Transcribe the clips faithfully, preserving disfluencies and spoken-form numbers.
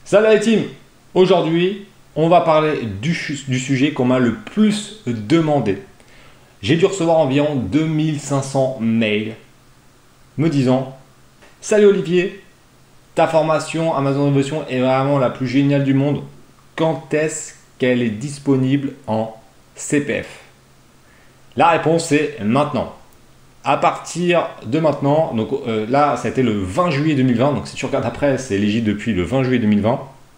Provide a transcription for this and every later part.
Salut la team. Aujourd'hui, on va parler du, du sujet qu'on m'a le plus demandé. J'ai dû recevoir environ deux mille cinq cents mails me disant « Salut Olivier, ta formation Amazon Révolution est vraiment la plus géniale du monde. Quand est-ce qu'elle est disponible en C P F ?» La réponse est maintenant. À partir de maintenant, donc euh, là ça a été le vingt juillet deux mille vingt, donc si tu regardes après, c'est éligible depuis le vingt juillet deux mille vingt.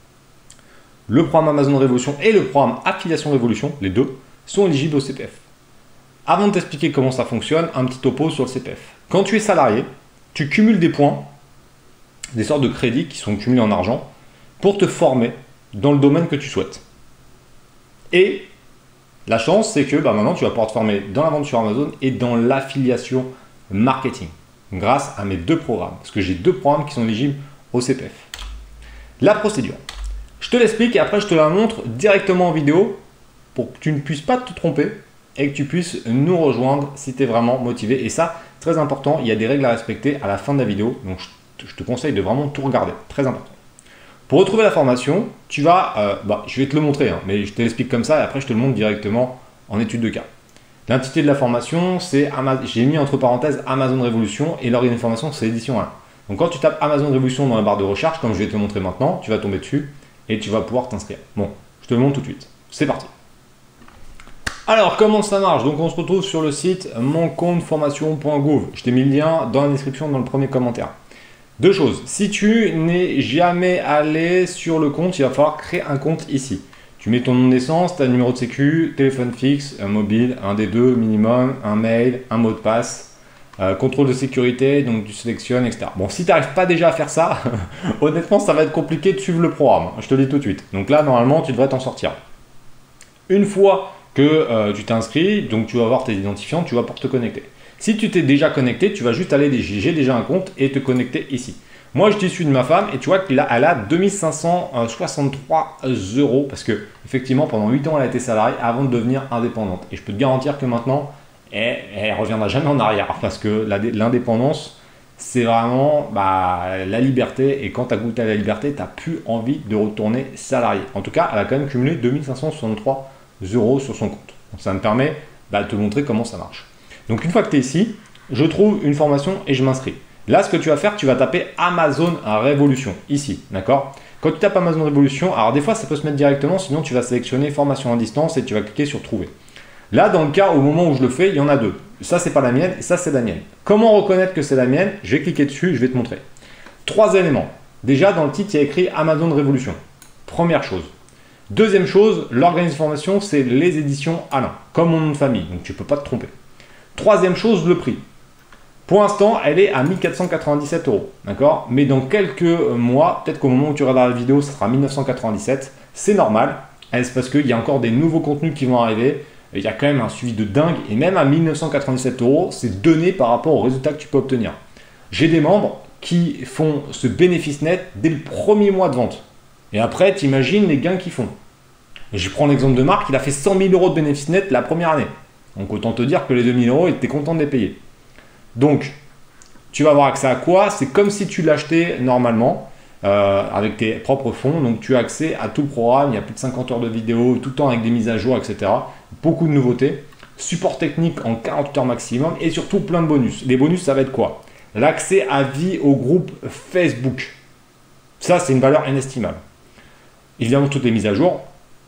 Le programme Amazon Révolution et le programme Affiliation Révolution, les deux, sont éligibles au C P F. Avant de t'expliquer comment ça fonctionne, un petit topo sur le C P F. Quand tu es salarié, tu cumules des points, des sortes de crédits qui sont cumulés en argent, pour te former dans le domaine que tu souhaites. Et la chance, c'est que bah, maintenant, tu vas pouvoir te former dans la vente sur Amazon et dans l'affiliation marketing, grâce à mes deux programmes, parce que j'ai deux programmes qui sont éligibles au C P F. La procédure. Je te l'explique et après, je te la montre directement en vidéo pour que tu ne puisses pas te tromper et que tu puisses nous rejoindre si tu es vraiment motivé. Et ça, très important, il y a des règles à respecter à la fin de la vidéo, donc je te conseille de vraiment tout regarder, très important. Pour retrouver la formation, tu vas, euh, bah, je vais te le montrer, hein, mais je te l'explique comme ça et après je te le montre directement en étude de cas. L'intitulé de la formation, c'est j'ai mis entre parenthèses Amazon Révolution et l'organisme de formation, c'est l'édition un. Donc quand tu tapes Amazon Révolution dans la barre de recherche, comme je vais te le montrer maintenant, tu vas tomber dessus et tu vas pouvoir t'inscrire. Bon, je te le montre tout de suite. C'est parti. Alors, comment ça marche? Donc on se retrouve sur le site mon compte formation point gouv. Je t'ai mis le lien dans la description, dans le premier commentaire. Deux choses, si tu n'es jamais allé sur le compte, il va falloir créer un compte ici. Tu mets ton nom de naissance, ta numéro de sécu, téléphone fixe, un mobile, un des deux minimum, un mail, un mot de passe, euh, contrôle de sécurité, donc tu sélectionnes, et cetera. Bon, si tu n'arrives pas déjà à faire ça, honnêtement, ça va être compliqué de suivre le programme, je te le dis tout de suite. Donc là, normalement, tu devrais t'en sortir. Une fois que euh, tu t'es inscrit, donc tu vas avoir tes identifiants, tu vas pouvoir te connecter. Si tu t'es déjà connecté, tu vas juste aller des j'ai déjà un compte et te connecter ici. Moi, je suis issu de ma femme et tu vois qu'elle a, elle a deux mille cinq cent soixante-trois euros parce que effectivement, pendant huit ans, elle a été salariée avant de devenir indépendante. Et je peux te garantir que maintenant, elle ne reviendra jamais en arrière parce que l'indépendance, c'est vraiment bah, la liberté. Et quand tu as goûté à la liberté, tu n'as plus envie de retourner salarié. En tout cas, elle a quand même cumulé deux mille cinq cent soixante-trois euros sur son compte. Donc, ça me permet bah, de te montrer comment ça marche. Donc une fois que tu es ici, je trouve une formation et je m'inscris. Là, ce que tu vas faire, tu vas taper Amazon Révolution, ici, d'accord? Quand tu tapes Amazon Révolution, alors des fois ça peut se mettre directement, sinon tu vas sélectionner formation à distance et tu vas cliquer sur trouver. Là, dans le cas, au moment où je le fais, il y en a deux. Ça, c'est pas la mienne et ça, c'est la mienne. Comment reconnaître que c'est la mienne? Je vais cliquer dessus, je vais te montrer. Trois éléments. Déjà, dans le titre, il y a écrit Amazon Révolution. Première chose. Deuxième chose, l'organisme de formation, c'est les éditions Alain, comme mon nom de famille, donc tu ne peux pas te tromper. Troisième chose, le prix. Pour l'instant, elle est à mille quatre cent quatre-vingt-dix-sept euros. D'accord? Mais dans quelques mois, peut-être qu'au moment où tu regarderas la vidéo, ce sera mille neuf cent quatre-vingt-dix-sept. C'est normal. C'est parce qu'il y a encore des nouveaux contenus qui vont arriver. Il y a quand même un suivi de dingue. Et même à mille neuf cent quatre-vingt-dix-sept euros, c'est donné par rapport aux résultats que tu peux obtenir. J'ai des membres qui font ce bénéfice net dès le premier mois de vente. Et après, tu imagines les gains qu'ils font. Et je prends l'exemple de Marc, il a fait cent mille euros de bénéfice net la première année. Donc autant te dire que les deux mille euros, il était content de les payer. Donc, tu vas avoir accès à quoi? C'est comme si tu l'achetais normalement euh, avec tes propres fonds. Donc tu as accès à tout le programme, il y a plus de cinquante heures de vidéos, tout le temps avec des mises à jour, et cetera. Beaucoup de nouveautés. Support technique en quarante heures maximum et surtout plein de bonus. Les bonus, ça va être quoi? L'accès à vie au groupe Facebook. Ça, c'est une valeur inestimable. Évidemment, toutes les mises à jour.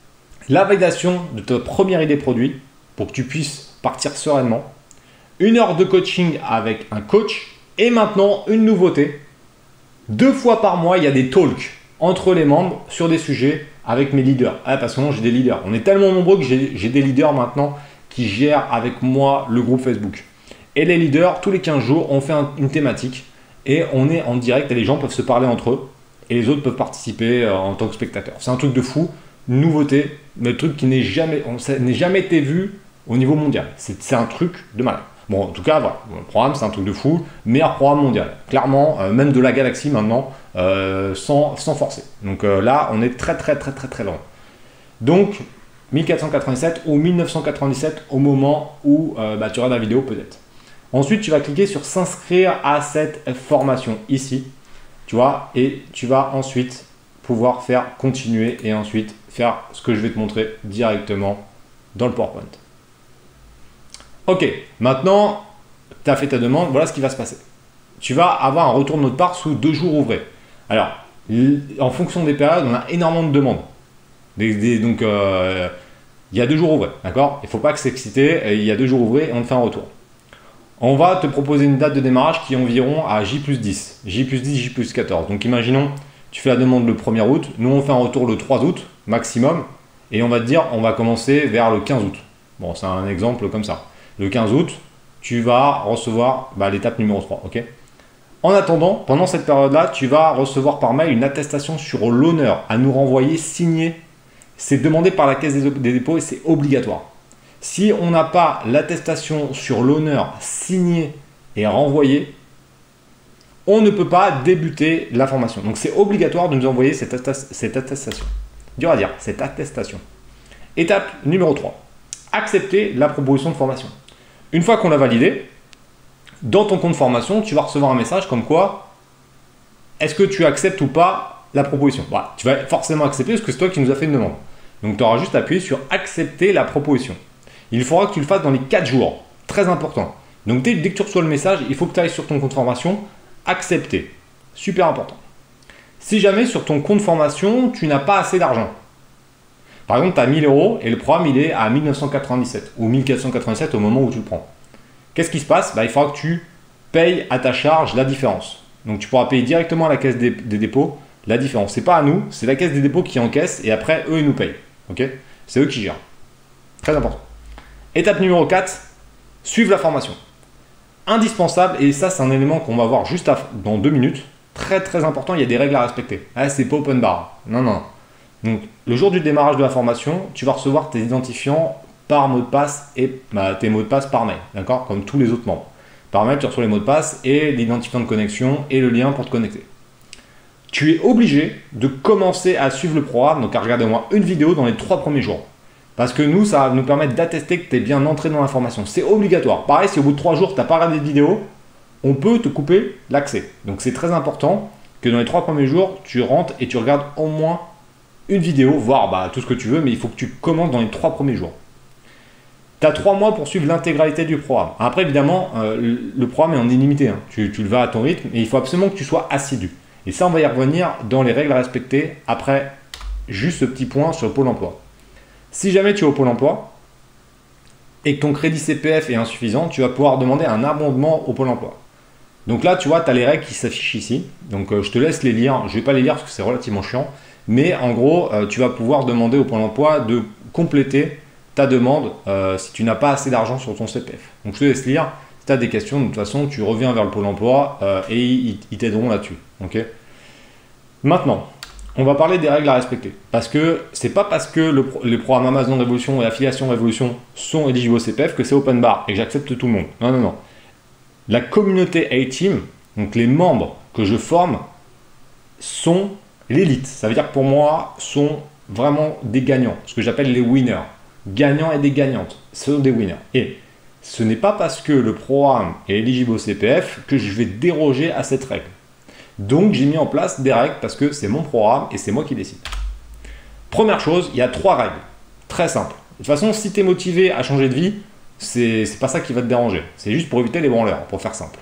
La validation de ta première idée produit pour que tu puisses partir sereinement. Une heure de coaching avec un coach. Et maintenant, une nouveauté. Deux fois par mois, il y a des talks entre les membres sur des sujets avec mes leaders. Ah, parce que moi, j'ai des leaders. On est tellement nombreux que j'ai des leaders maintenant qui gèrent avec moi le groupe Facebook. Et les leaders, tous les quinze jours, on fait un, une thématique et on est en direct et les gens peuvent se parler entre eux et les autres peuvent participer euh, en tant que spectateurs. C'est un truc de fou. Nouveauté, mais le truc qui n'est jamais, n'est jamais été vu au niveau mondial. C'est un truc de malade. Bon, en tout cas, voilà, le programme, c'est un truc de fou. Meilleur programme mondial. Clairement, euh, même de la galaxie maintenant, euh, sans, sans forcer. Donc euh, là, on est très, très, très, très, très loin. Donc, mille quatre cent quatre-vingt-dix-sept ou mille neuf cent quatre-vingt-dix-sept au moment où euh, bah, tu regardes la vidéo, peut-être. Ensuite, tu vas cliquer sur s'inscrire à cette formation ici. Tu vois, et tu vas ensuite pouvoir faire continuer et ensuite faire ce que je vais te montrer directement dans le PowerPoint. Ok, maintenant, tu as fait ta demande, voilà ce qui va se passer. Tu vas avoir un retour de notre part sous deux jours ouvrés. Alors, en fonction des périodes, on a énormément de demandes. Des, des, donc, euh, il y a deux jours ouvrés, d'accord? Il ne faut pas que c'est excité, il y a deux jours ouvrés et on te fait un retour. On va te proposer une date de démarrage qui est environ à J plus dix, J plus dix, J plus quatorze. Donc, imaginons, tu fais la demande le premier août, nous on fait un retour le trois août, maximum, et on va te dire, on va commencer vers le quinze août. Bon, c'est un exemple comme ça. Le quinze août, tu vas recevoir bah, l'étape numéro trois, ok? En attendant, pendant cette période-là, tu vas recevoir par mail une attestation sur l'honneur à nous renvoyer signée. C'est demandé par la Caisse des, des dépôts et c'est obligatoire. Si on n'a pas l'attestation sur l'honneur signée et renvoyée, on ne peut pas débuter la formation. Donc c'est obligatoire de nous envoyer cette, attest cette attestation. Dur à dire, cette attestation. Étape numéro trois. Accepter la proposition de formation. Une fois qu'on l'a validée, dans ton compte formation, tu vas recevoir un message comme quoi est-ce que tu acceptes ou pas la proposition. Voilà, tu vas forcément accepter parce que c'est toi qui nous as fait une demande. Donc tu auras juste à appuyer sur accepter la proposition. Il faudra que tu le fasses dans les quatre jours. Très important. Donc dès, dès que tu reçois le message, il faut que tu ailles sur ton compte formation, accepter. Super important. Si jamais sur ton compte formation, tu n'as pas assez d'argent. Par exemple, tu as mille euros et le programme il est à mille neuf cent quatre-vingt-dix-sept ou mille quatre cent quatre-vingt-dix-sept au moment où tu le prends. Qu'est-ce qui se passe? Bah, il faudra que tu payes à ta charge la différence. Donc tu pourras payer directement à la Caisse des, des dépôts la différence. Ce n'est pas à nous, c'est la Caisse des dépôts qui encaisse et après eux ils nous payent. Okay, c'est eux qui gèrent. Très important. Étape numéro quatre, suivre la formation. Indispensable, et ça c'est un élément qu'on va voir juste à, dans deux minutes. Très très important, il y a des règles à respecter. Ah, c'est pas open bar. Non, non. Donc le jour du démarrage de la formation, tu vas recevoir tes identifiants par mot de passe et bah, tes mots de passe par mail, d'accord? Comme tous les autres membres. Par mail, tu reçois les mots de passe et l'identifiant de connexion et le lien pour te connecter. Tu es obligé de commencer à suivre le programme, donc à regarder au moins une vidéo dans les trois premiers jours. Parce que nous, ça va nous permettre d'attester que tu es bien entré dans la formation. C'est obligatoire. Pareil, si au bout de trois jours, tu n'as pas regardé de vidéo, on peut te couper l'accès. Donc c'est très important que dans les trois premiers jours, tu rentres et tu regardes au moins une vidéo, voire bah, tout ce que tu veux, mais il faut que tu commences dans les trois premiers jours. Tu as trois mois pour suivre l'intégralité du programme. Après, évidemment, euh, le programme est en illimité. Hein. Tu, tu le vas à ton rythme et il faut absolument que tu sois assidu. Et ça, on va y revenir dans les règles à respecter après juste ce petit point sur le Pôle emploi. Si jamais tu es au Pôle emploi et que ton crédit C P F est insuffisant, tu vas pouvoir demander un abondement au Pôle emploi. Donc là, tu vois, tu as les règles qui s'affichent ici. Donc euh, je te laisse les lire. Je ne vais pas les lire parce que c'est relativement chiant. Mais en gros, euh, tu vas pouvoir demander au Pôle emploi de compléter ta demande euh, si tu n'as pas assez d'argent sur ton C P F. Donc je te laisse lire. Si tu as des questions, de toute façon, tu reviens vers le Pôle emploi euh, et ils, ils t'aideront là-dessus. Okay. Maintenant, on va parler des règles à respecter. Parce que c'est pas parce que le, les programmes Amazon Révolution et Affiliation Révolution sont éligibles au C P F que c'est open bar et que j'accepte tout le monde. Non, non, non. La communauté A-Team, donc les membres que je forme, sont l'élite. Ça veut dire que pour moi, sont vraiment des gagnants. Ce que j'appelle les winners. Gagnants et des gagnantes. Ce sont des winners. Et ce n'est pas parce que le programme est éligible au C P F que je vais déroger à cette règle. Donc, j'ai mis en place des règles parce que c'est mon programme et c'est moi qui décide. Première chose, il y a trois règles. Très simples. De toute façon, si tu es motivé à changer de vie, c'est pas ça qui va te déranger. C'est juste pour éviter les branleurs, pour faire simple.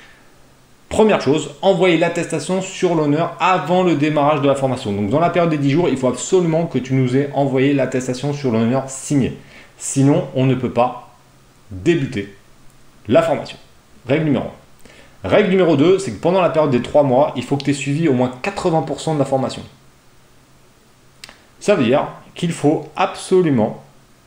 Première chose, envoyer l'attestation sur l'honneur avant le démarrage de la formation. Donc, dans la période des dix jours, il faut absolument que tu nous aies envoyé l'attestation sur l'honneur signée. Sinon, on ne peut pas débuter la formation. Règle numéro un. Règle numéro deux, c'est que pendant la période des trois mois, il faut que tu aies suivi au moins quatre-vingts pour cent de la formation. Ça veut dire qu'il faut absolument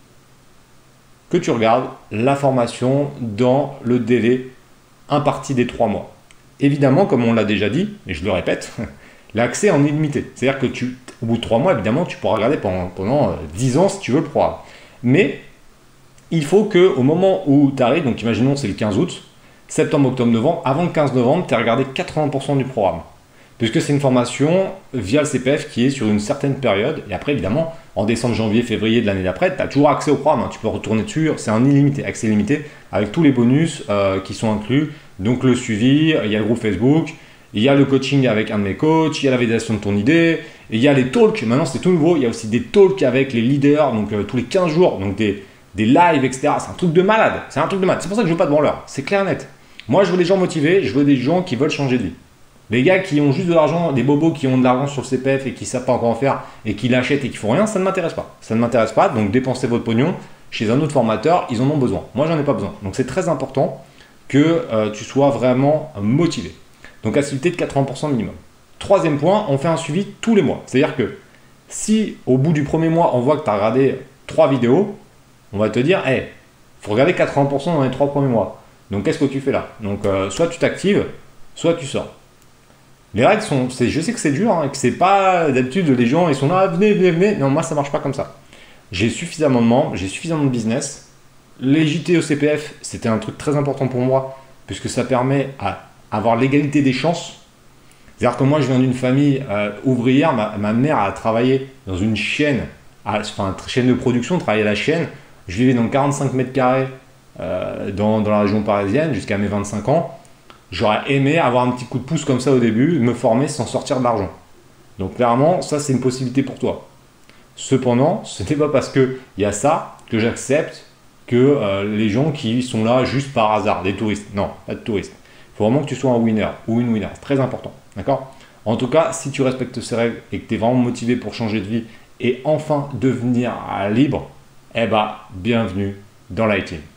que tu regardes la formation dans le délai imparti des trois mois. Évidemment, comme on l'a déjà dit, et je le répète, l'accès est en illimité. C'est-à-dire que tu, au bout de trois mois, évidemment, tu pourras regarder pendant, pendant dix ans si tu veux le programme. Mais il faut qu'au moment où tu arrives, donc imaginons c'est le quinze août, septembre, octobre, novembre, avant le quinze novembre, tu as regardé quatre-vingts pour cent du programme. Puisque c'est une formation via le C P F qui est sur une certaine période. Et après, évidemment, en décembre, janvier, février de l'année d'après, tu as toujours accès au programme. Hein. Tu peux retourner dessus, c'est un illimité, accès illimité, avec tous les bonus euh, qui sont inclus. Donc le suivi, il y a le groupe Facebook, il y a le coaching avec un de mes coachs, il y a la validation de ton idée, Et il y a les talks, maintenant c'est tout nouveau, il y a aussi des talks avec les leaders, donc euh, tous les quinze jours, donc des, des lives, et cetera. C'est un truc de malade, c'est un truc de malade. C'est pour ça que je veux pas de branleurs, c'est clair et net. Moi je veux des gens motivés, je veux des gens qui veulent changer de vie. Les gars qui ont juste de l'argent, des bobos qui ont de l'argent sur le C P F et qui ne savent pas encore en faire et qui l'achètent et qui font rien, ça ne m'intéresse pas. Ça ne m'intéresse pas, donc dépensez votre pognon chez un autre formateur, ils en ont besoin. Moi j'en ai pas besoin. Donc c'est très important que euh, tu sois vraiment motivé. Donc assiduité de quatre-vingts pour cent minimum. Troisième point, on fait un suivi tous les mois. C'est-à-dire que si au bout du premier mois, on voit que tu as regardé trois vidéos, on va te dire, il hey, faut regarder quatre-vingts pour cent dans les trois premiers mois. Donc qu'est-ce que tu fais là? Donc euh, soit tu t'actives, soit tu sors. Les règles sont, je sais que c'est dur, hein, que c'est pas d'habitude les gens ils sont là, venez, venez, venez. Non, moi ça marche pas comme ça. J'ai suffisamment de membres, j'ai suffisamment de business. Les J T au C P F, c'était un truc très important pour moi, puisque ça permet à avoir l'égalité des chances. C'est-à-dire que moi je viens d'une famille euh, ouvrière, ma, ma mère a travaillé dans une chaîne, à, enfin une chaîne de production, travaillait à la chaîne. Je vivais dans quarante-cinq mètres carrés euh, dans, dans la région parisienne jusqu'à mes vingt-cinq ans. J'aurais aimé avoir un petit coup de pouce comme ça au début, me former sans sortir de l'argent. Donc clairement, ça c'est une possibilité pour toi. Cependant, ce n'est pas parce qu'il y a ça que j'accepte que euh, les gens qui sont là juste par hasard, des touristes. Non, pas de touristes. Il faut vraiment que tu sois un winner ou une winner. C'est très important. D'accord? En tout cas, si tu respectes ces règles et que tu es vraiment motivé pour changer de vie et enfin devenir libre, eh ben, bienvenue dans l'I T.